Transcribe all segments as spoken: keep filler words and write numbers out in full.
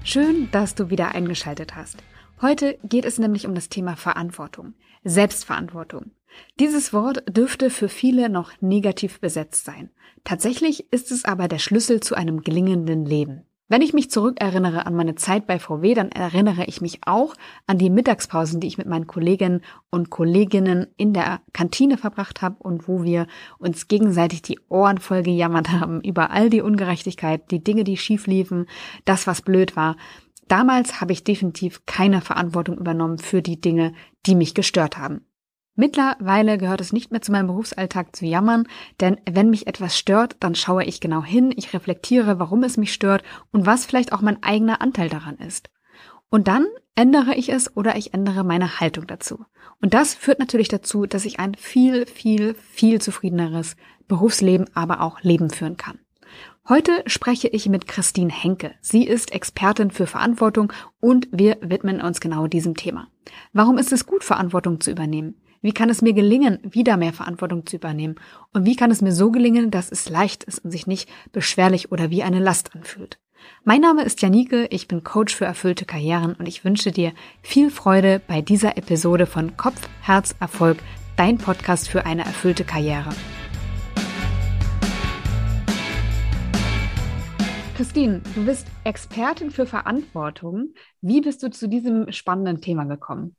Schön, dass du wieder eingeschaltet hast. Heute geht es nämlich um das Thema Verantwortung, Selbstverantwortung. Dieses Wort dürfte für viele noch negativ besetzt sein. Tatsächlich ist es aber der Schlüssel zu einem gelingenden Leben. Wenn ich mich zurückerinnere an meine Zeit bei V W, dann erinnere ich mich auch an die Mittagspausen, die ich mit meinen Kolleginnen und Kolleginnen in der Kantine verbracht habe und wo wir uns gegenseitig die Ohren voll gejammert haben über all die Ungerechtigkeit, die Dinge, die schief liefen, das, was blöd war. Damals habe ich definitiv keine Verantwortung übernommen für die Dinge, die mich gestört haben. Mittlerweile gehört es nicht mehr zu meinem Berufsalltag zu jammern, denn wenn mich etwas stört, dann schaue ich genau hin, ich reflektiere, warum es mich stört und was vielleicht auch mein eigener Anteil daran ist. Und dann ändere ich es oder ich ändere meine Haltung dazu. Und das führt natürlich dazu, dass ich ein viel, viel, viel zufriedeneres Berufsleben, aber auch Leben führen kann. Heute spreche ich mit Christine Henke. Sie ist Expertin für Verantwortung und wir widmen uns genau diesem Thema. Warum ist es gut, Verantwortung zu übernehmen? Wie kann es mir gelingen, wieder mehr Verantwortung zu übernehmen? Und wie kann es mir so gelingen, dass es leicht ist und sich nicht beschwerlich oder wie eine Last anfühlt? Mein Name ist Janike, ich bin Coach für erfüllte Karrieren und ich wünsche dir viel Freude bei dieser Episode von Kopf, Herz, Erfolg, dein Podcast für eine erfüllte Karriere. Christine, du bist Expertin für Verantwortung. Wie bist du zu diesem spannenden Thema gekommen?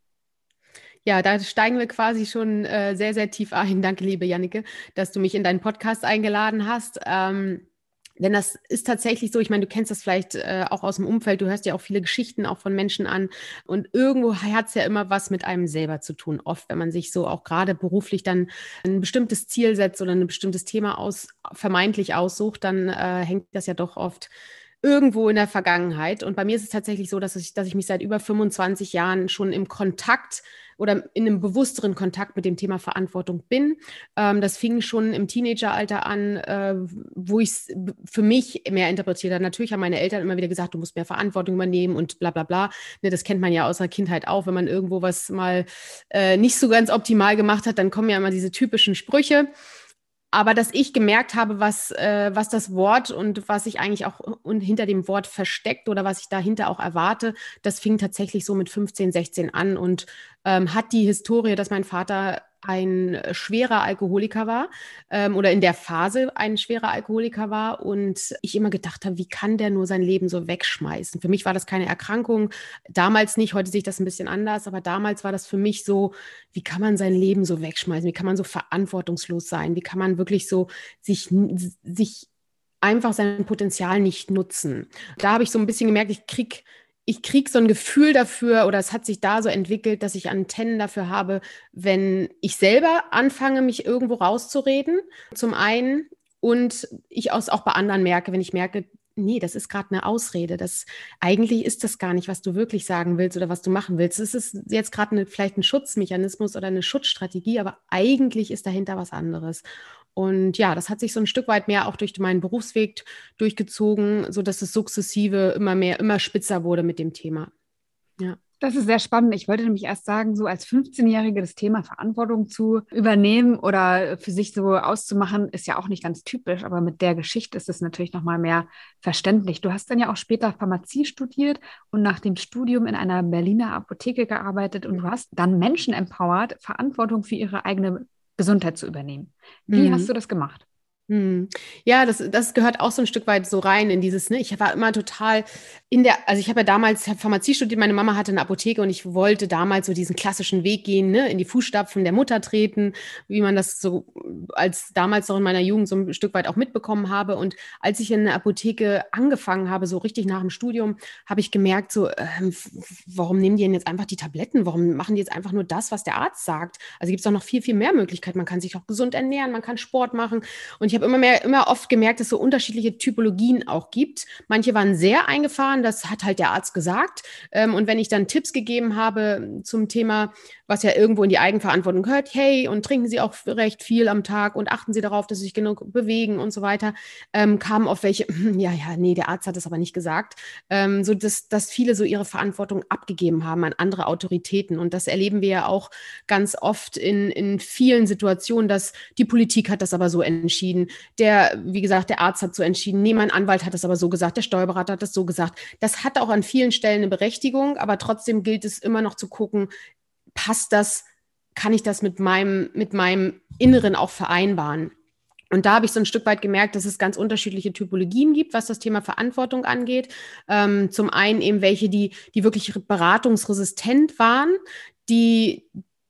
Ja, da steigen wir quasi schon äh, sehr, sehr tief ein. Danke, liebe Janike, dass du mich in deinen Podcast eingeladen hast. Ähm, denn das ist tatsächlich so, ich meine, du kennst das vielleicht äh, auch aus dem Umfeld, du hörst ja auch viele Geschichten auch von Menschen an und irgendwo hat es ja immer was mit einem selber zu tun. Oft, wenn man sich so auch gerade beruflich dann ein bestimmtes Ziel setzt oder ein bestimmtes Thema aus, vermeintlich aussucht, dann äh, hängt das ja doch oft irgendwo in der Vergangenheit. Und bei mir ist es tatsächlich so, dass ich, dass ich mich seit über fünfundzwanzig Jahren schon im Kontakt oder in einem bewussteren Kontakt mit dem Thema Verantwortung bin. Ähm, das fing schon im Teenageralter an, äh, wo ich es für mich mehr interpretiert habe. Natürlich haben meine Eltern immer wieder gesagt, du musst mehr Verantwortung übernehmen und bla bla bla. Ne, das kennt man ja aus der Kindheit auch. Wenn man irgendwo was mal äh, nicht so ganz optimal gemacht hat, dann kommen ja immer diese typischen Sprüche. Aber dass ich gemerkt habe, was, äh, was das Wort und was sich eigentlich auch und hinter dem Wort versteckt oder was ich dahinter auch erwarte, das fing tatsächlich so mit fünfzehn, sechzehn an und ähm, hat die Historie, dass mein Vater ein schwerer Alkoholiker war ähm, oder in der Phase ein schwerer Alkoholiker war und ich immer gedacht habe, wie kann der nur sein Leben so wegschmeißen? Für mich war das keine Erkrankung, damals nicht, heute sehe ich das ein bisschen anders, aber damals war das für mich so, wie kann man sein Leben so wegschmeißen? Wie kann man so verantwortungslos sein? Wie kann man wirklich so sich, sich einfach sein Potenzial nicht nutzen? Da habe ich so ein bisschen gemerkt, ich kriege Ich kriege so ein Gefühl dafür oder es hat sich da so entwickelt, dass ich Antennen dafür habe, wenn ich selber anfange, mich irgendwo rauszureden, zum einen, und ich es auch bei anderen merke, wenn ich merke, nee, das ist gerade eine Ausrede, das, eigentlich ist das gar nicht, was du wirklich sagen willst oder was du machen willst. Es ist jetzt gerade eine, vielleicht ein Schutzmechanismus oder eine Schutzstrategie, aber eigentlich ist dahinter was anderes. Und ja, das hat sich so ein Stück weit mehr auch durch meinen Berufsweg durchgezogen, sodass es sukzessive immer mehr, immer spitzer wurde mit dem Thema. Ja. Das ist sehr spannend. Ich wollte nämlich erst sagen, so als fünfzehnjährige das Thema Verantwortung zu übernehmen oder für sich so auszumachen, ist ja auch nicht ganz typisch, aber mit der Geschichte ist es natürlich nochmal mehr verständlich. Du hast dann ja auch später Pharmazie studiert und nach dem Studium in einer Berliner Apotheke gearbeitet und du hast dann Menschen empowert, Verantwortung für ihre eigene Gesundheit zu übernehmen. Wie Mhm. hast du das gemacht? Hm. Ja, das, das gehört auch so ein Stück weit so rein in dieses, ne, ich war immer total in der, also ich habe ja damals hab Pharmazie studiert, meine Mama hatte eine Apotheke und ich wollte damals so diesen klassischen Weg gehen, ne, in die Fußstapfen der Mutter treten, wie man das so als damals noch in meiner Jugend so ein Stück weit auch mitbekommen habe. Und als ich in der Apotheke angefangen habe, so richtig nach dem Studium, habe ich gemerkt, so, ähm, warum nehmen die denn jetzt einfach die Tabletten? Warum machen die jetzt einfach nur das, was der Arzt sagt? Also gibt es doch noch viel, viel mehr Möglichkeiten. Man kann sich auch gesund ernähren, man kann Sport machen. Und ich habe immer mehr, immer oft gemerkt, dass es so unterschiedliche Typologien auch gibt. Manche waren sehr eingefahren, das hat halt der Arzt gesagt. Ähm, und wenn ich dann Tipps gegeben habe zum Thema, was ja irgendwo in die Eigenverantwortung gehört, hey, und trinken Sie auch recht viel am Tag und achten Sie darauf, dass Sie sich genug bewegen und so weiter, ähm, kamen auf welche, ja, ja, nee, der Arzt hat das aber nicht gesagt, ähm, so dass, dass viele so ihre Verantwortung abgegeben haben an andere Autoritäten. Und das erleben wir ja auch ganz oft in, in vielen Situationen, dass die Politik hat das aber so entschieden, Der, wie gesagt, der Arzt hat so entschieden, nee, mein Anwalt hat das aber so gesagt, der Steuerberater hat das so gesagt. Das hat auch an vielen Stellen eine Berechtigung, aber trotzdem gilt es immer noch zu gucken, passt das, kann ich das mit meinem, mit meinem Inneren auch vereinbaren? Und da habe ich so ein Stück weit gemerkt, dass es ganz unterschiedliche Typologien gibt, was das Thema Verantwortung angeht. Ähm, zum einen eben welche, die, die wirklich beratungsresistent waren, die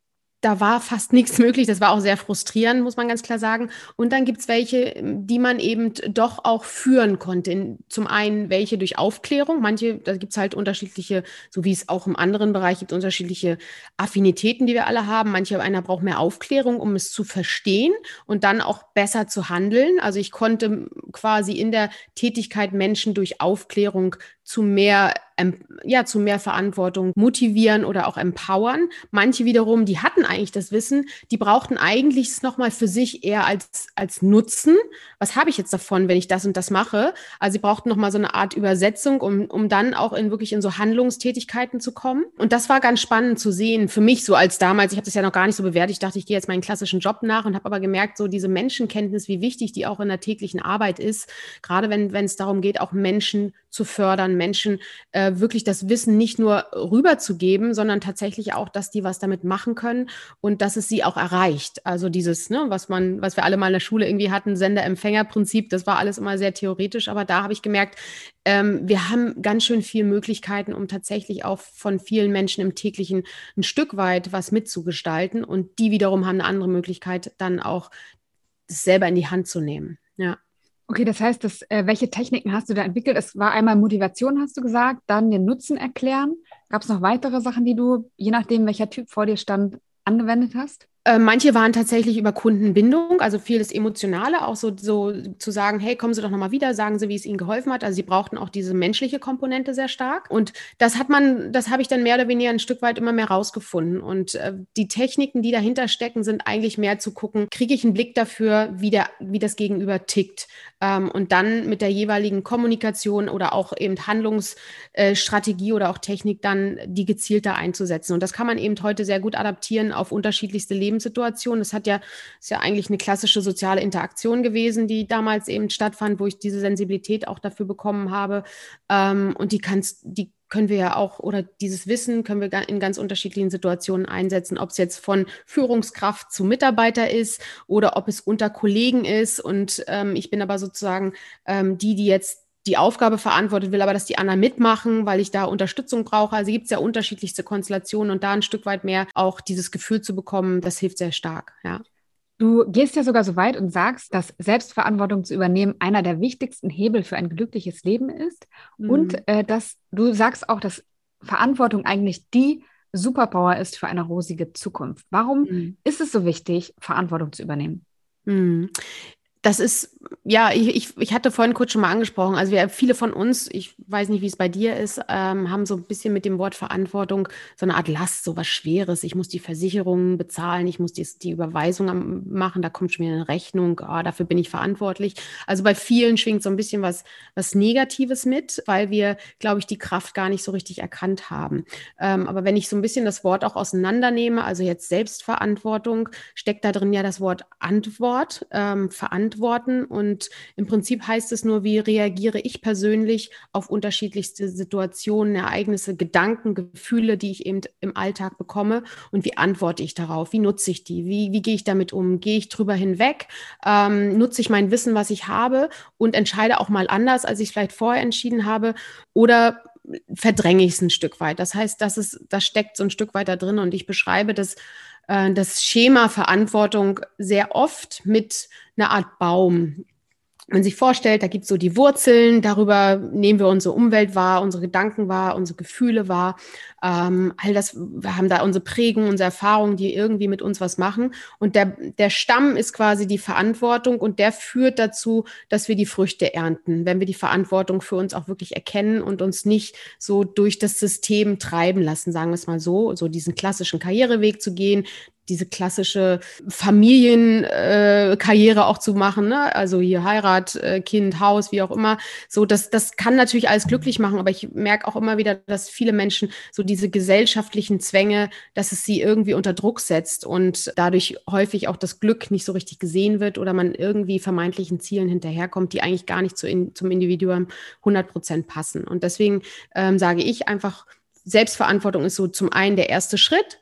da war fast nichts möglich. Das war auch sehr frustrierend, muss man ganz klar sagen. Und dann gibt es welche, die man eben doch auch führen konnte. In, zum einen welche durch Aufklärung. Manche, da gibt es halt unterschiedliche, so wie es auch im anderen Bereich gibt, unterschiedliche Affinitäten, die wir alle haben. Manche, einer braucht mehr Aufklärung, um es zu verstehen und dann auch besser zu handeln. Also ich konnte quasi in der Tätigkeit Menschen durch Aufklärung zu mehr, ja, zu mehr Verantwortung motivieren oder auch empowern. Manche wiederum, die hatten eigentlich das Wissen, die brauchten eigentlich es nochmal für sich eher als, als Nutzen. Was habe ich jetzt davon, wenn ich das und das mache? Also sie brauchten nochmal so eine Art Übersetzung, um, um dann auch in wirklich in so Handlungstätigkeiten zu kommen. Und das war ganz spannend zu sehen, für mich so als damals, ich habe das ja noch gar nicht so bewertet, ich dachte, ich gehe jetzt meinen klassischen Job nach und habe aber gemerkt, so diese Menschenkenntnis, wie wichtig die auch in der täglichen Arbeit ist, gerade wenn wenn es darum geht, auch Menschen zu fördern, Menschen äh, wirklich das Wissen nicht nur rüberzugeben, sondern tatsächlich auch, dass die was damit machen können und dass es sie auch erreicht. Also dieses, ne, was man, was wir alle mal in der Schule irgendwie hatten, Sender-Empfänger-Prinzip, das war alles immer sehr theoretisch, aber da habe ich gemerkt, ähm, wir haben ganz schön viele Möglichkeiten, um tatsächlich auch von vielen Menschen im täglichen ein Stück weit was mitzugestalten und die wiederum haben eine andere Möglichkeit, dann auch das selber in die Hand zu nehmen. Ja. Okay, das heißt, dass, äh, welche Techniken hast du da entwickelt? Es war einmal Motivation, hast du gesagt, dann den Nutzen erklären. Gab es noch weitere Sachen, die du, je nachdem, welcher Typ vor dir stand, angewendet hast? Äh, manche waren tatsächlich über Kundenbindung, also viel das Emotionale, auch so, so zu sagen, hey, kommen Sie doch nochmal wieder, sagen Sie, wie es Ihnen geholfen hat. Also sie brauchten auch diese menschliche Komponente sehr stark. Und das hat man, das habe ich dann mehr oder weniger ein Stück weit immer mehr rausgefunden. Und äh, die Techniken, die dahinter stecken, sind eigentlich mehr zu gucken, kriege ich einen Blick dafür, wie, der, wie das Gegenüber tickt. Ähm, und dann mit der jeweiligen Kommunikation oder auch eben Handlungsstrategie äh, oder auch Technik dann die gezielter einzusetzen. Und das kann man eben heute sehr gut adaptieren auf unterschiedlichste Lebenssituationen. Das hat ja, ist ja eigentlich eine klassische soziale Interaktion gewesen, die damals eben stattfand, wo ich diese Sensibilität auch dafür bekommen habe. Ähm, und die kannst, die können wir ja auch, oder dieses Wissen können wir in ganz unterschiedlichen Situationen einsetzen, ob es jetzt von Führungskraft zu Mitarbeiter ist oder ob es unter Kollegen ist. Und ähm, ich bin aber sozusagen ähm, die, die jetzt die Aufgabe verantwortet, will aber, dass die anderen mitmachen, weil ich da Unterstützung brauche. Also gibt es ja unterschiedlichste Konstellationen und da ein Stück weit mehr auch dieses Gefühl zu bekommen, das hilft sehr stark, ja. Du gehst ja sogar so weit und sagst, dass Selbstverantwortung zu übernehmen einer der wichtigsten Hebel für ein glückliches Leben ist. Mhm. Und äh, dass du sagst auch, dass Verantwortung eigentlich die Superpower ist für eine rosige Zukunft. Warum Mhm. ist es so wichtig, Verantwortung zu übernehmen? Mhm. Das ist, ja, ich, ich, ich hatte vorhin kurz schon mal angesprochen, also wir, viele von uns, ich weiß nicht, wie es bei dir ist, ähm, haben so ein bisschen mit dem Wort Verantwortung so eine Art Last, so was Schweres. Ich muss die Versicherungen bezahlen, ich muss die, die Überweisung am- machen, da kommt schon wieder eine Rechnung, ah, dafür bin ich verantwortlich. Also bei vielen schwingt so ein bisschen was, was Negatives mit, weil wir, glaube ich, die Kraft gar nicht so richtig erkannt haben. Ähm, aber wenn ich so ein bisschen das Wort auch auseinandernehme, also jetzt Selbstverantwortung, steckt da drin ja das Wort Antwort, ähm, Verantwortung. Antworten und im Prinzip heißt es nur, wie reagiere ich persönlich auf unterschiedlichste Situationen, Ereignisse, Gedanken, Gefühle, die ich eben im Alltag bekomme und wie antworte ich darauf, wie nutze ich die, wie, wie gehe ich damit um, gehe ich drüber hinweg, ähm, nutze ich mein Wissen, was ich habe und entscheide auch mal anders, als ich vielleicht vorher entschieden habe oder verdränge ich es ein Stück weit. Das heißt, das ist, das steckt so ein Stück weit da drin und ich beschreibe das das Schema Verantwortung sehr oft mit einer Art Baum. Wenn man sich vorstellt, da gibt es so die Wurzeln, darüber nehmen wir unsere Umwelt wahr, unsere Gedanken wahr, unsere Gefühle wahr. Ähm, all das, wir haben da unsere Prägungen, unsere Erfahrungen, die irgendwie mit uns was machen. Und der, der Stamm ist quasi die Verantwortung und der führt dazu, dass wir die Früchte ernten, wenn wir die Verantwortung für uns auch wirklich erkennen und uns nicht so durch das System treiben lassen, sagen wir es mal so, so diesen klassischen Karriereweg zu gehen, diese klassische Familienkarriere äh, auch zu machen, ne? Also hier Heirat, äh, Kind, Haus, wie auch immer. So, das, das kann natürlich alles glücklich machen, aber ich merke auch immer wieder, dass viele Menschen so diese gesellschaftlichen Zwänge, dass es sie irgendwie unter Druck setzt und dadurch häufig auch das Glück nicht so richtig gesehen wird oder man irgendwie vermeintlichen Zielen hinterherkommt, die eigentlich gar nicht zu in, zum Individuum hundert Prozent passen. Und deswegen ähm, sage ich einfach, Selbstverantwortung ist so zum einen der erste Schritt,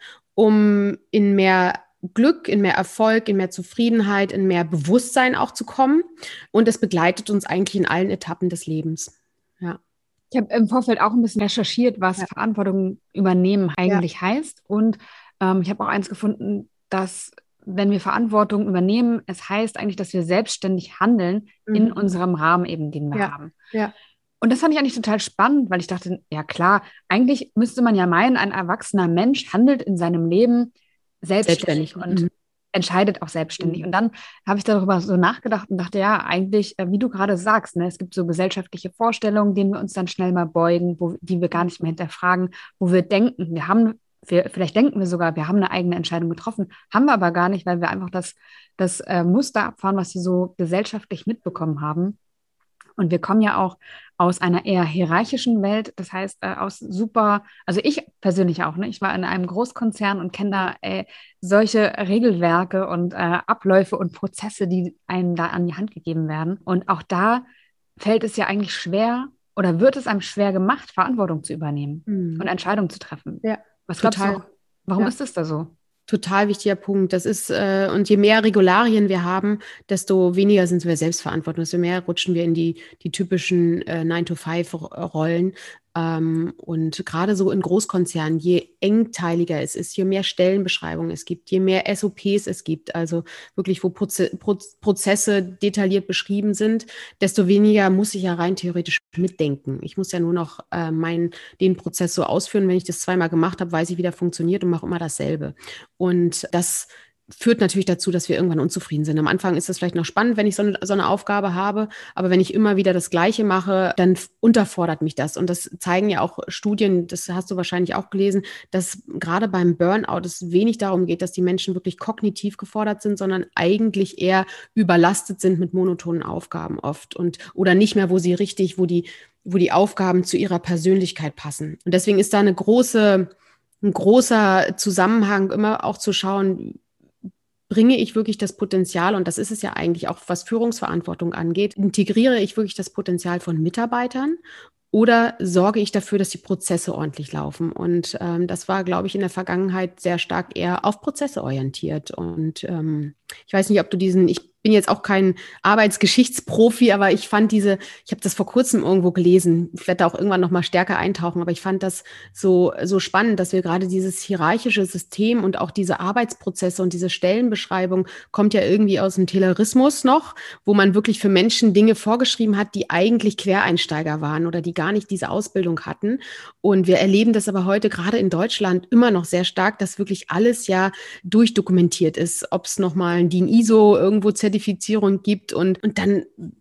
um in mehr Glück, in mehr Erfolg, in mehr Zufriedenheit, in mehr Bewusstsein auch zu kommen. Und es begleitet uns eigentlich in allen Etappen des Lebens. Ja. Ich habe im Vorfeld auch ein bisschen recherchiert, was Ja. Verantwortung übernehmen eigentlich ja. heißt. Und ähm, ich habe auch eins gefunden, dass wenn wir Verantwortung übernehmen, es heißt eigentlich, dass wir selbstständig handeln mhm. in unserem Rahmen eben, den wir ja. haben. Ja. Und das fand ich eigentlich total spannend, weil ich dachte, ja klar, eigentlich müsste man ja meinen, ein erwachsener Mensch handelt in seinem Leben selbstständig, selbstständig. und mhm. entscheidet auch selbstständig. Mhm. Und dann habe ich darüber so nachgedacht und dachte, ja, eigentlich, wie du gerade sagst, ne, es gibt so gesellschaftliche Vorstellungen, denen wir uns dann schnell mal beugen, wo, die wir gar nicht mehr hinterfragen, wo wir denken, wir haben, wir, vielleicht denken wir sogar, wir haben eine eigene Entscheidung getroffen, haben wir aber gar nicht, weil wir einfach das, das äh, Muster abfahren, was wir so gesellschaftlich mitbekommen haben. Und wir kommen ja auch aus einer eher hierarchischen Welt, das heißt äh, aus super, also ich persönlich auch, ne? Ich war in einem Großkonzern und kenne da äh, solche Regelwerke und äh, Abläufe und Prozesse, die einem da an die Hand gegeben werden. Und auch da fällt es ja eigentlich schwer oder wird es einem schwer gemacht, Verantwortung zu übernehmen mhm. und Entscheidungen zu treffen. Ja, was total. glaubst du, warum ja. ist es da so? Total wichtiger Punkt. Das ist, äh, und je mehr Regularien wir haben, desto weniger sind wir selbstverantwortlich, desto mehr rutschen wir in die, die typischen äh, nine to five Rollen. Ähm, und gerade so in Großkonzernen, je engteiliger es ist, je mehr Stellenbeschreibungen es gibt, je mehr S O Ps es gibt, also wirklich, wo Proze Pro Prozesse detailliert beschrieben sind, desto weniger muss ich ja rein theoretisch mitdenken. Ich muss ja nur noch äh, meinen, den Prozess so ausführen. Wenn ich das zweimal gemacht habe, weiß ich, wie der funktioniert und mache immer dasselbe. Und das führt natürlich dazu, dass wir irgendwann unzufrieden sind. Am Anfang ist das vielleicht noch spannend, wenn ich so eine, so eine Aufgabe habe, aber wenn ich immer wieder das Gleiche mache, dann unterfordert mich das. Und das zeigen ja auch Studien, das hast du wahrscheinlich auch gelesen, dass gerade beim Burnout es wenig darum geht, dass die Menschen wirklich kognitiv gefordert sind, sondern eigentlich eher überlastet sind mit monotonen Aufgaben oft und oder nicht mehr, wo sie richtig, wo die, wo die Aufgaben zu ihrer Persönlichkeit passen. Und deswegen ist da eine große, ein großer Zusammenhang immer auch zu schauen, bringe ich wirklich das Potenzial, und das ist es ja eigentlich auch, was Führungsverantwortung angeht, integriere ich wirklich das Potenzial von Mitarbeitern oder sorge ich dafür, dass die Prozesse ordentlich laufen? Und ähm, das war, glaube ich, in der Vergangenheit sehr stark eher auf Prozesse orientiert. Und ähm, ich weiß nicht, ob du diesen, ich bin jetzt auch kein Arbeitsgeschichtsprofi, aber ich fand diese, ich habe das vor kurzem irgendwo gelesen, ich werde da auch irgendwann noch mal stärker eintauchen, aber ich fand das so, so spannend, dass wir gerade dieses hierarchische System und auch diese Arbeitsprozesse und diese Stellenbeschreibung kommt ja irgendwie aus dem Taylorismus noch, wo man wirklich für Menschen Dinge vorgeschrieben hat, die eigentlich Quereinsteiger waren oder die gar nicht diese Ausbildung hatten. Und wir erleben das aber heute gerade in Deutschland immer noch sehr stark, dass wirklich alles ja durchdokumentiert ist, ob es nochmal ein D I N I S O irgendwo Zertifizierung gibt und, und dann,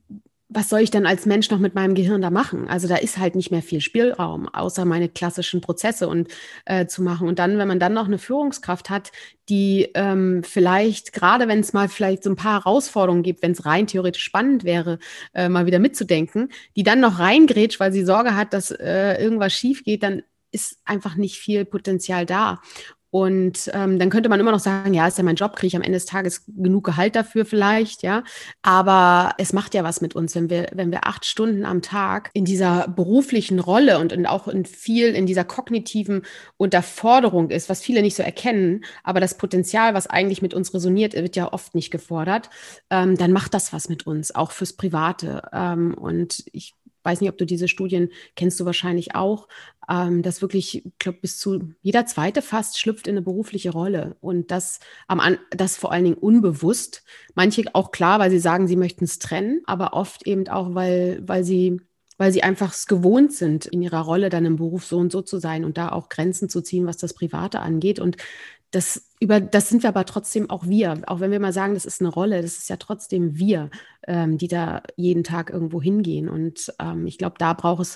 was soll ich dann als Mensch noch mit meinem Gehirn da machen? Also da ist halt nicht mehr viel Spielraum, außer meine klassischen Prozesse und äh, zu machen. Und dann, wenn man dann noch eine Führungskraft hat, die ähm, vielleicht, gerade wenn es mal vielleicht so ein paar Herausforderungen gibt, wenn es rein theoretisch spannend wäre, äh, mal wieder mitzudenken, die dann noch reingrätscht, weil sie Sorge hat, dass äh, irgendwas schief geht, dann ist einfach nicht viel Potenzial da. Und ähm, dann könnte man immer noch sagen, ja, ist ja mein Job, kriege ich am Ende des Tages genug Gehalt dafür vielleicht, ja. Aber es macht ja was mit uns, wenn wir, wenn wir acht Stunden am Tag in dieser beruflichen Rolle und in, auch in viel in dieser kognitiven Unterforderung ist, was viele nicht so erkennen, aber das Potenzial, was eigentlich mit uns resoniert, wird ja oft nicht gefordert, ähm, dann macht das was mit uns, auch fürs Private. Ähm, und ich weiß nicht, ob du diese Studien kennst, du wahrscheinlich auch, ähm, dass wirklich, ich glaube, bis zu jeder Zweite fast schlüpft in eine berufliche Rolle und das, am An das vor allen Dingen unbewusst. Manche auch klar, weil sie sagen, sie möchten es trennen, aber oft eben auch, weil, weil sie weil sie einfach es gewohnt sind, in ihrer Rolle dann im Beruf so und so zu sein und da auch Grenzen zu ziehen, was das Private angeht. Und das, über, das sind wir aber trotzdem auch wir. Auch wenn wir mal sagen, das ist eine Rolle, das ist ja trotzdem wir, ähm, die da jeden Tag irgendwo hingehen. Und ähm, ich glaube, da braucht es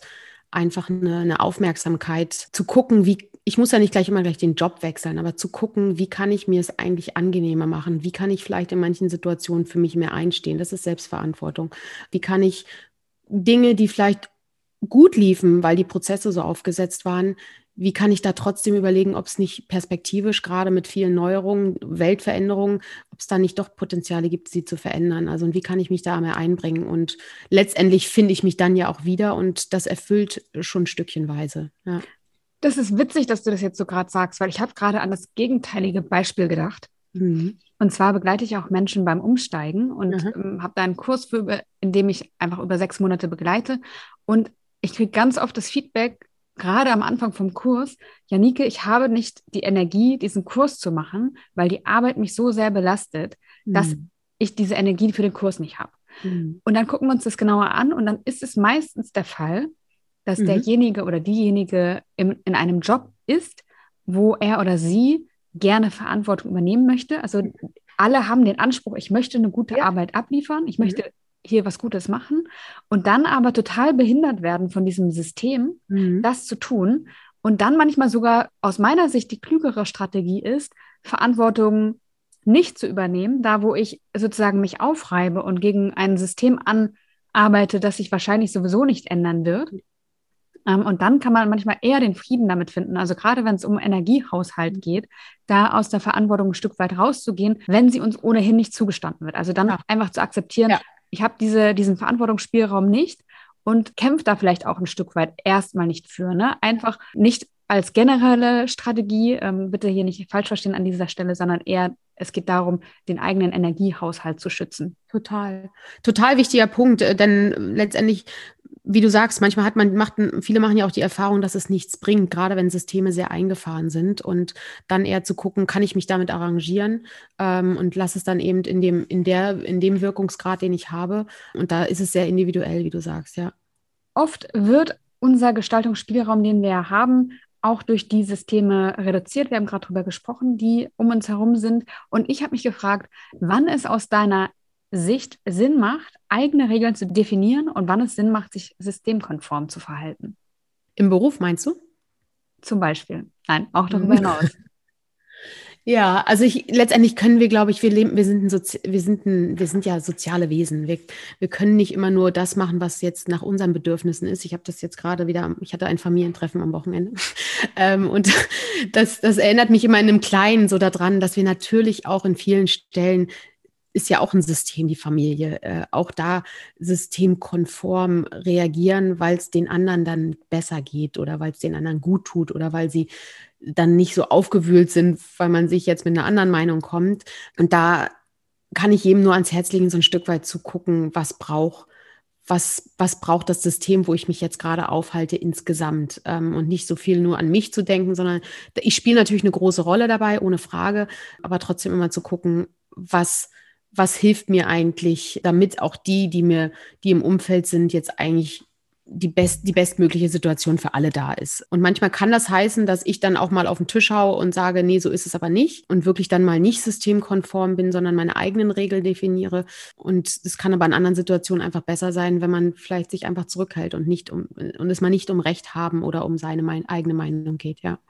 einfach eine, eine Aufmerksamkeit zu gucken, wie, ich muss ja nicht gleich immer gleich den Job wechseln, aber zu gucken, wie kann ich mir es eigentlich angenehmer machen? Wie kann ich vielleicht in manchen Situationen für mich mehr einstehen? Das ist Selbstverantwortung. Wie kann ich Dinge, die vielleicht gut liefen, weil die Prozesse so aufgesetzt waren, wie kann ich da trotzdem überlegen, ob es nicht perspektivisch, gerade mit vielen Neuerungen, Weltveränderungen, ob es da nicht doch Potenziale gibt, sie zu verändern? Also und wie kann ich mich da mehr einbringen? Und letztendlich finde ich mich dann ja auch wieder und das erfüllt schon stückchenweise. Ja. Das ist witzig, dass du das jetzt so gerade sagst, weil ich habe gerade an das gegenteilige Beispiel gedacht. Mhm. Und zwar begleite ich auch Menschen beim Umsteigen und Mhm. ähm, habe da einen Kurs, für, in dem ich einfach über sechs Monate begleite. Und ich kriege ganz oft das Feedback, gerade am Anfang vom Kurs, Janike, ich habe nicht die Energie, diesen Kurs zu machen, weil die Arbeit mich so sehr belastet, Mhm. dass ich diese Energie für den Kurs nicht habe. Mhm. Und dann gucken wir uns das genauer an und dann ist es meistens der Fall, dass Mhm. derjenige oder diejenige im, in einem Job ist, wo er oder sie gerne Verantwortung übernehmen möchte. Also alle haben den Anspruch, ich möchte eine gute Ja. Arbeit abliefern, ich Mhm. möchte hier was Gutes machen und dann aber total behindert werden von diesem System, Mhm. das zu tun und dann manchmal sogar aus meiner Sicht die klügere Strategie ist, Verantwortung nicht zu übernehmen, da wo ich sozusagen mich aufreibe und gegen ein System anarbeite, das sich wahrscheinlich sowieso nicht ändern wird. Ähm, und dann kann man manchmal eher den Frieden damit finden. Also gerade wenn es um Energiehaushalt geht, da aus der Verantwortung ein Stück weit rauszugehen, wenn sie uns ohnehin nicht zugestanden wird. Also dann Ja. einfach zu akzeptieren, Ja. ich habe diese, diesen Verantwortungsspielraum nicht und kämpfe da vielleicht auch ein Stück weit erstmal nicht für. Ne? Einfach nicht als generelle Strategie, ähm, bitte hier nicht falsch verstehen an dieser Stelle, sondern eher, es geht darum, den eigenen Energiehaushalt zu schützen. Total, total wichtiger Punkt, äh, denn letztendlich, wie du sagst, manchmal hat man, macht, viele machen ja auch die Erfahrung, dass es nichts bringt, gerade wenn Systeme sehr eingefahren sind und dann eher zu gucken, kann ich mich damit arrangieren ähm, und lasse es dann eben in dem, in der, in dem Wirkungsgrad, den ich habe. Und da ist es sehr individuell, wie du sagst, ja. Oft wird unser Gestaltungsspielraum, den wir haben, auch durch die Systeme reduziert. Wir haben gerade darüber gesprochen, die um uns herum sind. Und ich habe mich gefragt, wann es aus deiner Sicht Sinn macht, eigene Regeln zu definieren und wann es Sinn macht, sich systemkonform zu verhalten. Im Beruf meinst du? Zum Beispiel. Nein, auch darüber hinaus. Ja, also ich, letztendlich können wir, glaube ich, wir leben, wir sind ein Sozi wir sind ein, wir sind ja soziale Wesen. Wir, wir können nicht immer nur das machen, was jetzt nach unseren Bedürfnissen ist. Ich habe das jetzt gerade wieder, ich hatte ein Familientreffen am Wochenende ähm, und das, das erinnert mich immer in einem Kleinen so daran, dass wir natürlich auch in vielen Stellen ist ja auch ein System, die Familie, äh, auch da systemkonform reagieren, weil es den anderen dann besser geht oder weil es den anderen gut tut oder weil sie dann nicht so aufgewühlt sind, weil man sich jetzt mit einer anderen Meinung kommt. Und da kann ich jedem nur ans Herz legen, so ein Stück weit zu gucken, was braucht, was, was braucht das System, wo ich mich jetzt gerade aufhalte insgesamt ähm, und nicht so viel nur an mich zu denken, sondern ich spiele natürlich eine große Rolle dabei, ohne Frage, aber trotzdem immer zu gucken, was was hilft mir eigentlich, damit auch die, die mir, die im Umfeld sind, jetzt eigentlich die best, die bestmögliche Situation für alle da ist. Und manchmal kann das heißen, dass ich dann auch mal auf den Tisch haue und sage, nee, so ist es aber nicht und wirklich dann mal nicht systemkonform bin, sondern meine eigenen Regeln definiere. Und das kann aber in anderen Situationen einfach besser sein, wenn man vielleicht sich einfach zurückhält und nicht um, und es mal nicht um Recht haben oder um seine mein, eigene Meinung geht, ja.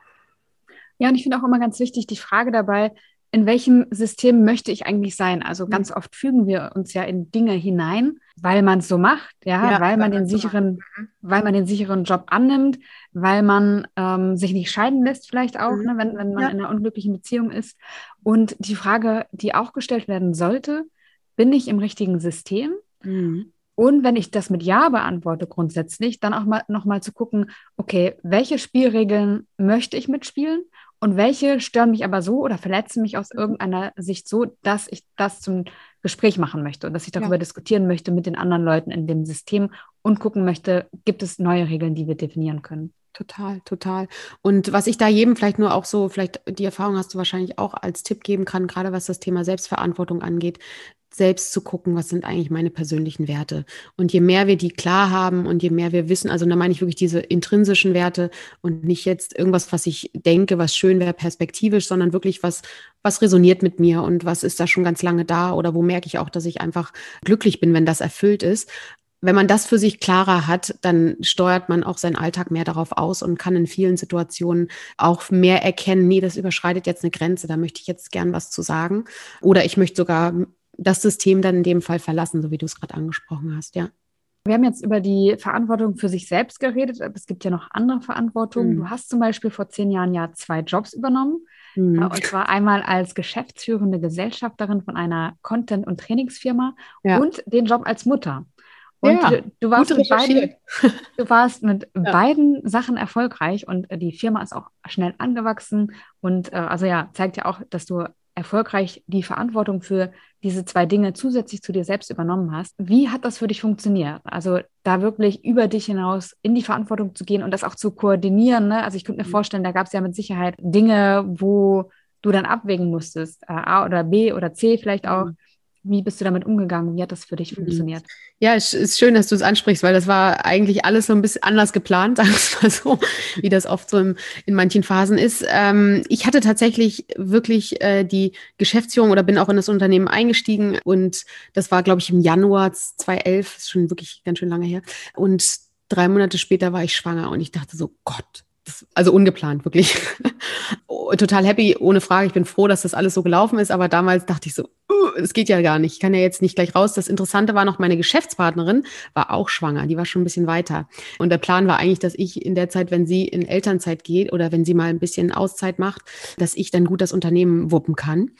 Ja, und ich finde auch immer ganz wichtig die Frage dabei, in welchem System möchte ich eigentlich sein? Also ganz oft fügen wir uns ja in Dinge hinein, weil man es so macht, ja, Ja, weil man weil den man's so sicheren, weil man den sicheren Job annimmt, weil man ähm, sich nicht scheiden lässt, vielleicht auch, Mhm. ne, wenn, wenn man Ja. in einer unglücklichen Beziehung ist. Und die Frage, die auch gestellt werden sollte, bin ich im richtigen System? Mhm. Und wenn ich das mit Ja beantworte grundsätzlich, dann auch mal nochmal zu gucken, okay, welche Spielregeln möchte ich mitspielen und welche stören mich aber so oder verletzen mich aus irgendeiner Sicht so, dass ich das zum Gespräch machen möchte und dass ich darüber Ja. diskutieren möchte mit den anderen Leuten in dem System und gucken möchte, gibt es neue Regeln, die wir definieren können. Total, total. Und was ich da jedem vielleicht nur auch so, vielleicht die Erfahrung hast du wahrscheinlich auch als Tipp geben kann, gerade was das Thema Selbstverantwortung angeht, selbst zu gucken, was sind eigentlich meine persönlichen Werte. Und je mehr wir die klar haben und je mehr wir wissen, also da meine ich wirklich diese intrinsischen Werte und nicht jetzt irgendwas, was ich denke, was schön wäre perspektivisch, sondern wirklich was, was resoniert mit mir und was ist da schon ganz lange da oder wo merke ich auch, dass ich einfach glücklich bin, wenn das erfüllt ist. wenn man das für sich klarer hat, dann steuert man auch seinen Alltag mehr darauf aus und kann in vielen Situationen auch mehr erkennen, nee, das überschreitet jetzt eine Grenze, da möchte ich jetzt gern was zu sagen. Oder ich möchte sogar das System dann in dem Fall verlassen, so wie du es gerade angesprochen hast, ja. Wir haben jetzt über die Verantwortung für sich selbst geredet, aber es gibt ja noch andere Verantwortungen. Mhm. Du hast zum Beispiel vor zehn Jahren ja zwei Jobs übernommen. Mhm. Und zwar einmal als geschäftsführende Gesellschafterin von einer Content- und Trainingsfirma Ja. und den Job als Mutter. Und Ja, du, du warst gut mit beiden, recherchiert. du warst mit Ja. beiden Sachen erfolgreich und die Firma ist auch schnell angewachsen und äh, also ja, zeigt ja auch, dass du erfolgreich die Verantwortung für diese zwei Dinge zusätzlich zu dir selbst übernommen hast. Wie hat das für dich funktioniert? Also da wirklich über dich hinaus in die Verantwortung zu gehen und das auch zu koordinieren, ne? Also ich könnte mir vorstellen, da gab es ja mit Sicherheit Dinge, wo du dann abwägen musstest, äh, A oder B oder C vielleicht auch. Mhm. Wie bist du damit umgegangen? Wie hat das für dich funktioniert? Ja, es ist schön, dass du es ansprichst, weil das war eigentlich alles so ein bisschen anders geplant, sagen wir es mal so, wie das oft so im, in manchen Phasen ist. Ähm, ich hatte tatsächlich wirklich äh, die Geschäftsführung oder bin auch in das Unternehmen eingestiegen und das war, glaube ich, im Januar zweitausendelf, ist schon wirklich ganz schön lange her. Und drei Monate später war ich schwanger und ich dachte so, Gott, das, also ungeplant, wirklich. Total happy, ohne Frage. Ich bin froh, dass das alles so gelaufen ist, aber damals dachte ich so, es geht ja gar nicht. Ich kann ja jetzt nicht gleich raus. Das Interessante war noch, meine Geschäftspartnerin war auch schwanger. Die war schon ein bisschen weiter. Und der Plan war eigentlich, dass ich in der Zeit, wenn sie in Elternzeit geht oder wenn sie mal ein bisschen Auszeit macht, dass ich dann gut das Unternehmen wuppen kann.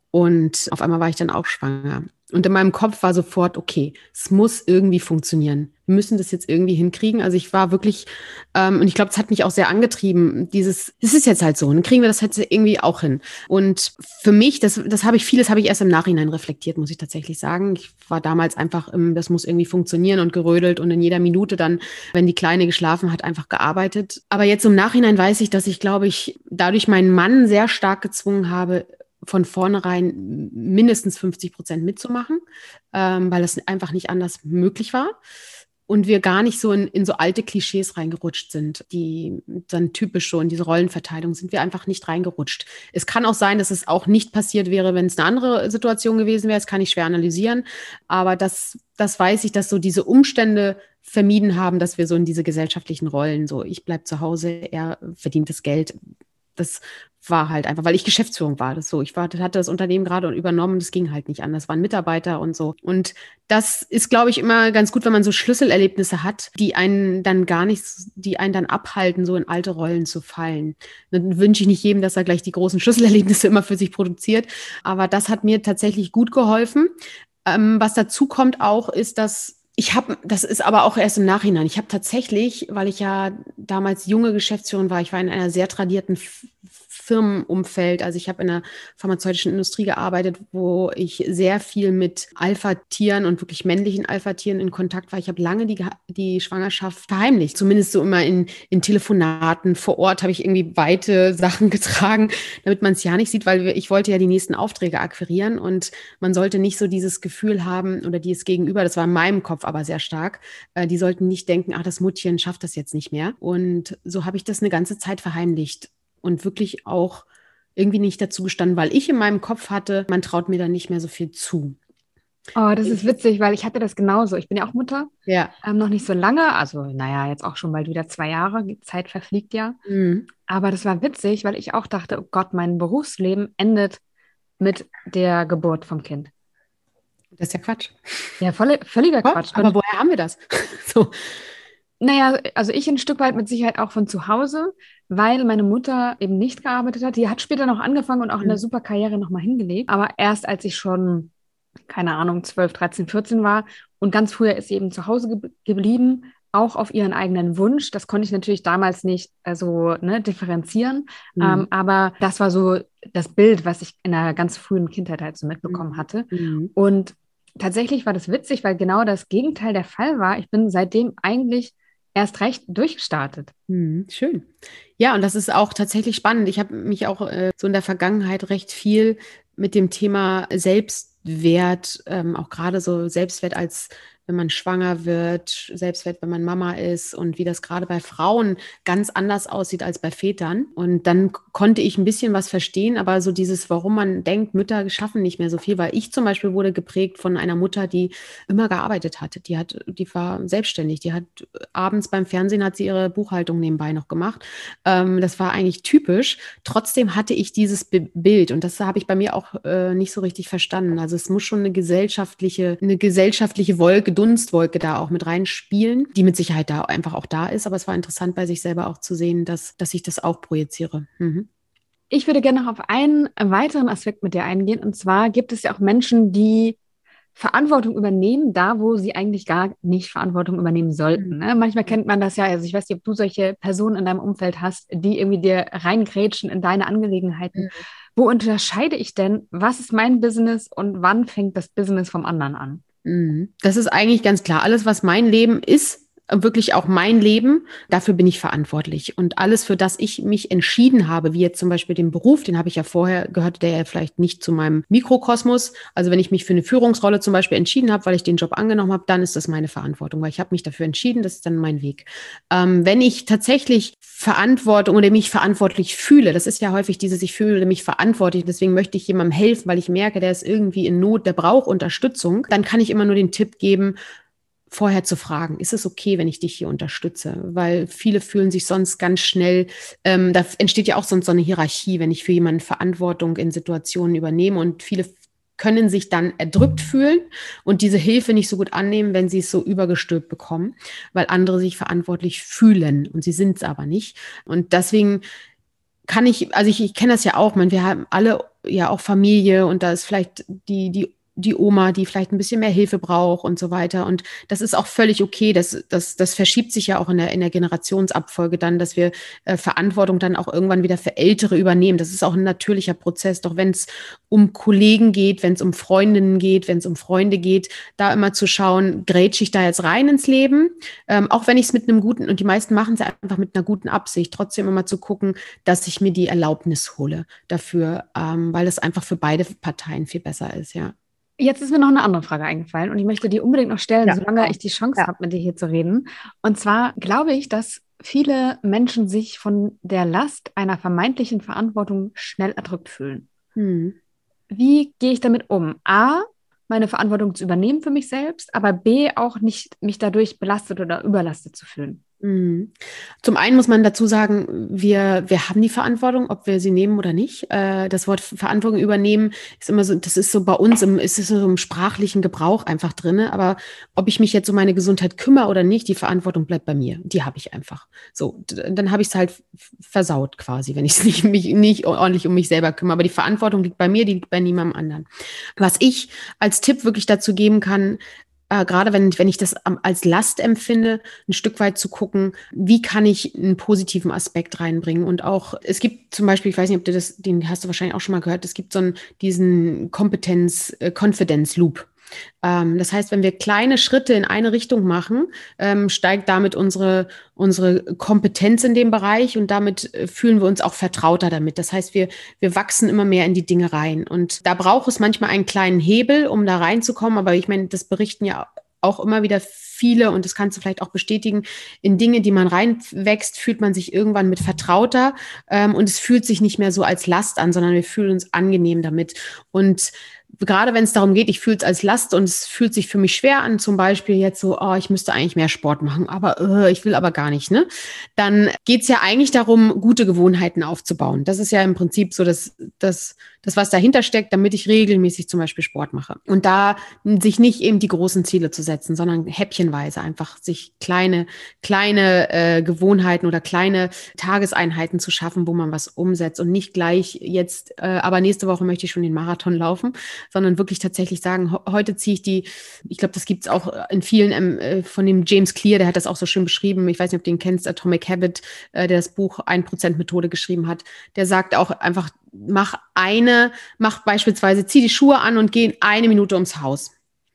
Und auf einmal war ich dann auch schwanger. Und in meinem Kopf war sofort, okay, es muss irgendwie funktionieren. Wir müssen das jetzt irgendwie hinkriegen. Also ich war wirklich, ähm, und ich glaube, es hat mich auch sehr angetrieben, dieses, es ist jetzt halt so, dann kriegen wir das halt irgendwie auch hin. Und für mich, das, das habe ich, vieles habe ich erst im Nachhinein reflektiert, muss ich tatsächlich sagen. Ich war damals einfach, im, das muss irgendwie funktionieren und gerödelt und in jeder Minute dann, wenn die Kleine geschlafen hat, einfach gearbeitet. Aber jetzt im Nachhinein weiß ich, dass ich, glaube ich, dadurch meinen Mann sehr stark gezwungen habe, von vornherein mindestens fünfzig Prozent mitzumachen, ähm, weil das einfach nicht anders möglich war. Und wir gar nicht so in, in so alte Klischees reingerutscht sind, die dann typisch so in diese Rollenverteilung sind wir einfach nicht reingerutscht. Es kann auch sein, dass es auch nicht passiert wäre, wenn es eine andere Situation gewesen wäre. Das kann ich schwer analysieren. Aber das, das weiß ich, dass so diese Umstände vermieden haben, dass wir so in diese gesellschaftlichen Rollen, so ich bleibe zu Hause, er verdient das Geld. Das war halt einfach, weil ich Geschäftsführung war, das so. Ich war, hatte das Unternehmen gerade übernommen, das ging halt nicht anders. Das waren Mitarbeiter und so. Und das ist, glaube ich, immer ganz gut, wenn man so Schlüsselerlebnisse hat, die einen dann gar nicht, die einen dann abhalten, so in alte Rollen zu fallen. Dann wünsche ich nicht jedem, dass er gleich die großen Schlüsselerlebnisse immer für sich produziert. Aber das hat mir tatsächlich gut geholfen. Ähm, was dazu kommt auch, ist, dass ich habe, das ist aber auch erst im Nachhinein. Ich habe tatsächlich, weil ich ja damals junge Geschäftsführerin war, ich war in einer sehr tradierten F- Firmenumfeld. Also ich habe in der pharmazeutischen Industrie gearbeitet, wo ich sehr viel mit Alpha-Tieren und wirklich männlichen Alpha-Tieren in Kontakt war. Ich habe lange die, die Schwangerschaft verheimlicht, zumindest so immer in, in Telefonaten. Vor Ort habe ich irgendwie weite Sachen getragen, damit man es ja nicht sieht, weil ich wollte ja die nächsten Aufträge akquirieren und man sollte nicht so dieses Gefühl haben oder dieses Gegenüber, das war in meinem Kopf aber sehr stark, äh, die sollten nicht denken, ach, das Muttchen schafft das jetzt nicht mehr. Und so habe ich das eine ganze Zeit verheimlicht. Und wirklich auch irgendwie nicht dazu gestanden, weil ich in meinem Kopf hatte, man traut mir dann nicht mehr so viel zu. Oh, das ist witzig, weil ich hatte das genauso. Ich bin ja auch Mutter, Ja. ähm, noch nicht so lange, also naja, jetzt auch schon bald wieder zwei Jahre, die Zeit verfliegt ja. Mhm. Aber das war witzig, weil ich auch dachte, oh Gott, mein Berufsleben endet mit der Geburt vom Kind. Das ist ja Quatsch. Ja, voll, völliger Ja, Quatsch. aber Und woher haben wir das? So. naja, also ich ein Stück weit mit Sicherheit auch von zu Hause, weil meine Mutter eben nicht gearbeitet hat. Die hat später noch angefangen und auch eine Mhm. super Karriere nochmal hingelegt. Aber erst als ich schon, keine Ahnung, zwölf, dreizehn, vierzehn war und ganz früher ist sie eben zu Hause ge geblieben, auch auf ihren eigenen Wunsch. Das konnte ich natürlich damals nicht äh, so ne, differenzieren. Mhm. Ähm, aber das war so das Bild, was ich in einer ganz frühen Kindheit halt so mitbekommen Mhm. hatte. Mhm. Und tatsächlich war das witzig, weil genau das Gegenteil der Fall war. Ich bin seitdem eigentlich erst recht durchgestartet. Mhm. Schön. Ja, und das ist auch tatsächlich spannend. Ich habe mich auch äh, so in der Vergangenheit recht viel mit dem Thema Selbstwert, ähm, auch gerade so Selbstwert als wenn man schwanger wird, Selbstwert, wenn man Mama ist und wie das gerade bei Frauen ganz anders aussieht als bei Vätern. Und dann konnte ich ein bisschen was verstehen, aber so dieses, warum man denkt, Mütter schaffen nicht mehr so viel, weil ich zum Beispiel wurde geprägt von einer Mutter, die immer gearbeitet hatte. Die hat, die war selbstständig, die hat abends beim Fernsehen hat sie ihre Buchhaltung nebenbei noch gemacht. Ähm, das war eigentlich typisch. Trotzdem hatte ich dieses Be- Bild und das habe ich bei mir auch äh, nicht so richtig verstanden. Also es muss schon eine gesellschaftliche, eine gesellschaftliche Wolke, Dunstwolke da auch mit reinspielen, die mit Sicherheit da einfach auch da ist. Aber es war interessant bei sich selber auch zu sehen, dass, dass ich das auch projiziere. Mhm. Ich würde gerne noch auf einen weiteren Aspekt mit dir eingehen. Und zwar gibt es ja auch Menschen, die Verantwortung übernehmen, da wo sie eigentlich gar nicht Verantwortung übernehmen sollten. Ne? Manchmal kennt man das ja, also ich weiß nicht, ob du solche Personen in deinem Umfeld hast, die irgendwie dir reingrätschen in deine Angelegenheiten. Mhm. Wo unterscheide ich denn, was ist mein Business und wann fängt das Business vom anderen an? Mhm. Das ist eigentlich ganz klar. Alles, was mein Leben ist, wirklich auch mein Leben, dafür bin ich verantwortlich. Und alles, für das ich mich entschieden habe, wie jetzt zum Beispiel den Beruf, den habe ich ja vorher gehört, der ja vielleicht nicht zu meinem Mikrokosmos. Also wenn ich mich für eine Führungsrolle zum Beispiel entschieden habe, weil ich den Job angenommen habe, dann ist das meine Verantwortung, weil ich habe mich dafür entschieden, das ist dann mein Weg. Ähm, wenn ich tatsächlich Verantwortung oder mich verantwortlich fühle, das ist ja häufig dieses, ich fühle mich verantwortlich, deswegen möchte ich jemandem helfen, weil ich merke, der ist irgendwie in Not, der braucht Unterstützung, dann kann ich immer nur den Tipp geben, vorher zu fragen, ist es okay, wenn ich dich hier unterstütze? Weil viele fühlen sich sonst ganz schnell, ähm, da entsteht ja auch sonst so eine Hierarchie, wenn ich für jemanden Verantwortung in Situationen übernehme und viele können sich dann erdrückt fühlen und diese Hilfe nicht so gut annehmen, wenn sie es so übergestülpt bekommen, weil andere sich verantwortlich fühlen und sie sind es aber nicht. Und deswegen kann ich, also ich, ich kenne das ja auch, man, wir haben alle ja auch Familie und da ist vielleicht die, die die Oma, die vielleicht ein bisschen mehr Hilfe braucht und so weiter. Und das ist auch völlig okay. Das, das, das verschiebt sich ja auch in der, in der Generationsabfolge dann, dass wir äh, Verantwortung dann auch irgendwann wieder für Ältere übernehmen. Das ist auch ein natürlicher Prozess. Doch wenn es um Kollegen geht, wenn es um Freundinnen geht, wenn es um Freunde geht, da immer zu schauen, grätsche ich da jetzt rein ins Leben? Ähm, auch wenn ich es mit einem guten, und die meisten machen es einfach mit einer guten Absicht, trotzdem immer zu gucken, dass ich mir die Erlaubnis hole dafür, ähm, weil es einfach für beide Parteien viel besser ist, ja. Jetzt ist mir noch eine andere Frage eingefallen und ich möchte die unbedingt noch stellen, Ja, solange ich die Chance ja. habe, mit dir hier zu reden. Und zwar glaube ich, dass viele Menschen sich von der Last einer vermeintlichen Verantwortung schnell erdrückt fühlen. Hm. Wie gehe ich damit um? A, meine Verantwortung zu übernehmen für mich selbst, aber B, auch nicht mich dadurch belastet oder überlastet zu fühlen. Mhm. Zum einen muss man dazu sagen, wir, wir haben die Verantwortung, ob wir sie nehmen oder nicht. Äh, das Wort Verantwortung übernehmen ist immer so, das ist so bei uns im, ist es so im sprachlichen Gebrauch einfach drin. Aber ob ich mich jetzt um meine Gesundheit kümmere oder nicht, die Verantwortung bleibt bei mir. Die habe ich einfach. So, d- dann habe ich es halt versaut quasi, wenn ich es nicht, mich nicht ordentlich um mich selber kümmere. Aber die Verantwortung liegt bei mir, die liegt bei niemandem anderen. Was ich als Tipp wirklich dazu geben kann, äh, gerade wenn, wenn ich das am- als Last empfinde, ein Stück weit zu gucken, wie kann ich einen positiven Aspekt reinbringen. Und auch, es gibt zum Beispiel, ich weiß nicht, ob du das, den hast du wahrscheinlich auch schon mal gehört, es gibt so einen, diesen Kompetenz, äh, Confidence Loop. Ähm, das heißt, wenn wir kleine Schritte in eine Richtung machen, ähm, steigt damit unsere, unsere Kompetenz in dem Bereich und damit äh, fühlen wir uns auch vertrauter damit. Das heißt, wir, wir wachsen immer mehr in die Dinge rein. Und da braucht es manchmal einen kleinen Hebel, um da reinzukommen. Aber ich meine, das berichten ja auch immer wieder viele, und das kannst du vielleicht auch bestätigen, in Dinge, die man reinwächst, fühlt man sich irgendwann mit vertrauter ähm, und es fühlt sich nicht mehr so als Last an, sondern wir fühlen uns angenehm damit. Und gerade wenn es darum geht, ich fühle es als Last und es fühlt sich für mich schwer an, zum Beispiel jetzt so, oh, ich müsste eigentlich mehr Sport machen, aber äh, ich will aber gar nicht, ne? Dann geht es ja eigentlich darum, gute Gewohnheiten aufzubauen. Das ist ja im Prinzip so das, das, das, was dahinter steckt, damit ich regelmäßig zum Beispiel Sport mache. Und da sich nicht eben die großen Ziele zu setzen, sondern häppchenweise einfach sich kleine, kleine äh, Gewohnheiten oder kleine Tageseinheiten zu schaffen, wo man was umsetzt und nicht gleich jetzt, äh, aber nächste Woche möchte ich schon den Marathon laufen, sondern wirklich tatsächlich sagen, ho- heute ziehe ich die, ich glaube, das gibt es auch in vielen, ähm, äh, von dem James Clear, der hat das auch so schön beschrieben, ich weiß nicht, ob du den kennst, Atomic Habit, äh, der das Buch ein Prozent Methode geschrieben hat, der sagt auch einfach, mach eine, mach beispielsweise, zieh die Schuhe an und geh eine Minute ums Haus.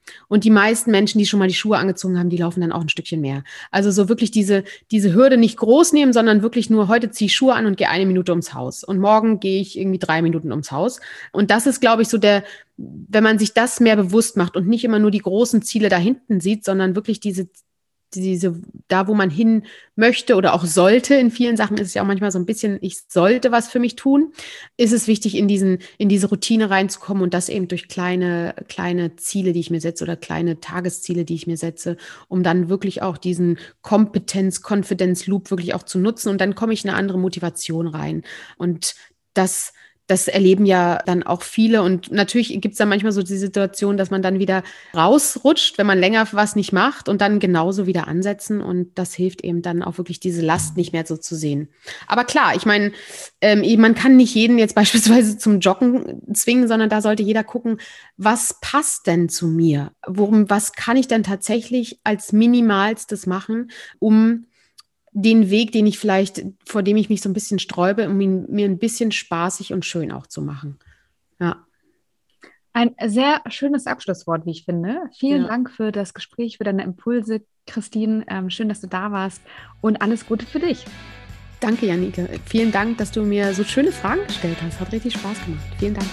Und die meisten Menschen, die schon mal die Schuhe angezogen haben, die laufen dann auch ein Stückchen mehr. Also so wirklich diese, diese Hürde nicht groß nehmen, sondern wirklich nur, heute ziehe ich Schuhe an und gehe eine Minute ums Haus. Und morgen gehe ich irgendwie drei Minuten ums Haus. Und das ist, glaube ich, so der, wenn man sich das mehr bewusst macht und nicht immer nur die großen Ziele da hinten sieht, sondern wirklich diese diese, da wo man hin möchte oder auch sollte, in vielen Sachen ist es ja auch manchmal so ein bisschen, ich sollte was für mich tun, ist es wichtig, in diesen, in diese Routine reinzukommen und das eben durch kleine, kleine Ziele, die ich mir setze oder kleine Tagesziele, die ich mir setze, um dann wirklich auch diesen Kompetenz-Confidence-Loop wirklich auch zu nutzen und dann komme ich in eine andere Motivation rein und das Das erleben ja dann auch viele und natürlich gibt es dann manchmal so die Situation, dass man dann wieder rausrutscht, wenn man länger was nicht macht und dann genauso wieder ansetzen und das hilft eben dann auch wirklich diese Last nicht mehr so zu sehen. Aber klar, ich meine, ähm, man kann nicht jeden jetzt beispielsweise zum Joggen zwingen, sondern da sollte jeder gucken, was passt denn zu mir? Worum, was kann ich denn tatsächlich als Minimalstes machen, um den Weg, den ich vielleicht, vor dem ich mich so ein bisschen sträube, um ihn mir ein bisschen spaßig und schön auch zu machen. Ja. Ein sehr schönes Abschlusswort, wie ich finde. Vielen Ja. Dank für das Gespräch, für deine Impulse, Christine. Ähm, schön, dass du da warst und alles Gute für dich. Danke, Janike. Vielen Dank, dass du mir so schöne Fragen gestellt hast. Hat richtig Spaß gemacht. Vielen Dank.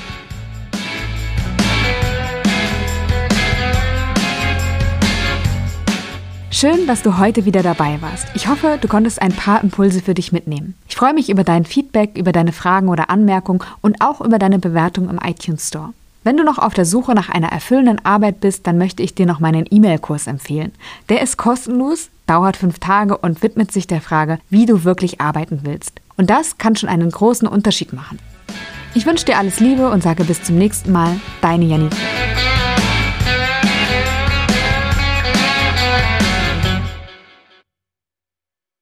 Schön, dass du heute wieder dabei warst. Ich hoffe, du konntest ein paar Impulse für dich mitnehmen. Ich freue mich über dein Feedback, über deine Fragen oder Anmerkungen und auch über deine Bewertung im iTunes Store. Wenn du noch auf der Suche nach einer erfüllenden Arbeit bist, dann möchte ich dir noch meinen E-Mail-Kurs empfehlen. Der ist kostenlos, dauert fünf Tage und widmet sich der Frage, wie du wirklich arbeiten willst. Und das kann schon einen großen Unterschied machen. Ich wünsche dir alles Liebe und sage bis zum nächsten Mal, deine Janike.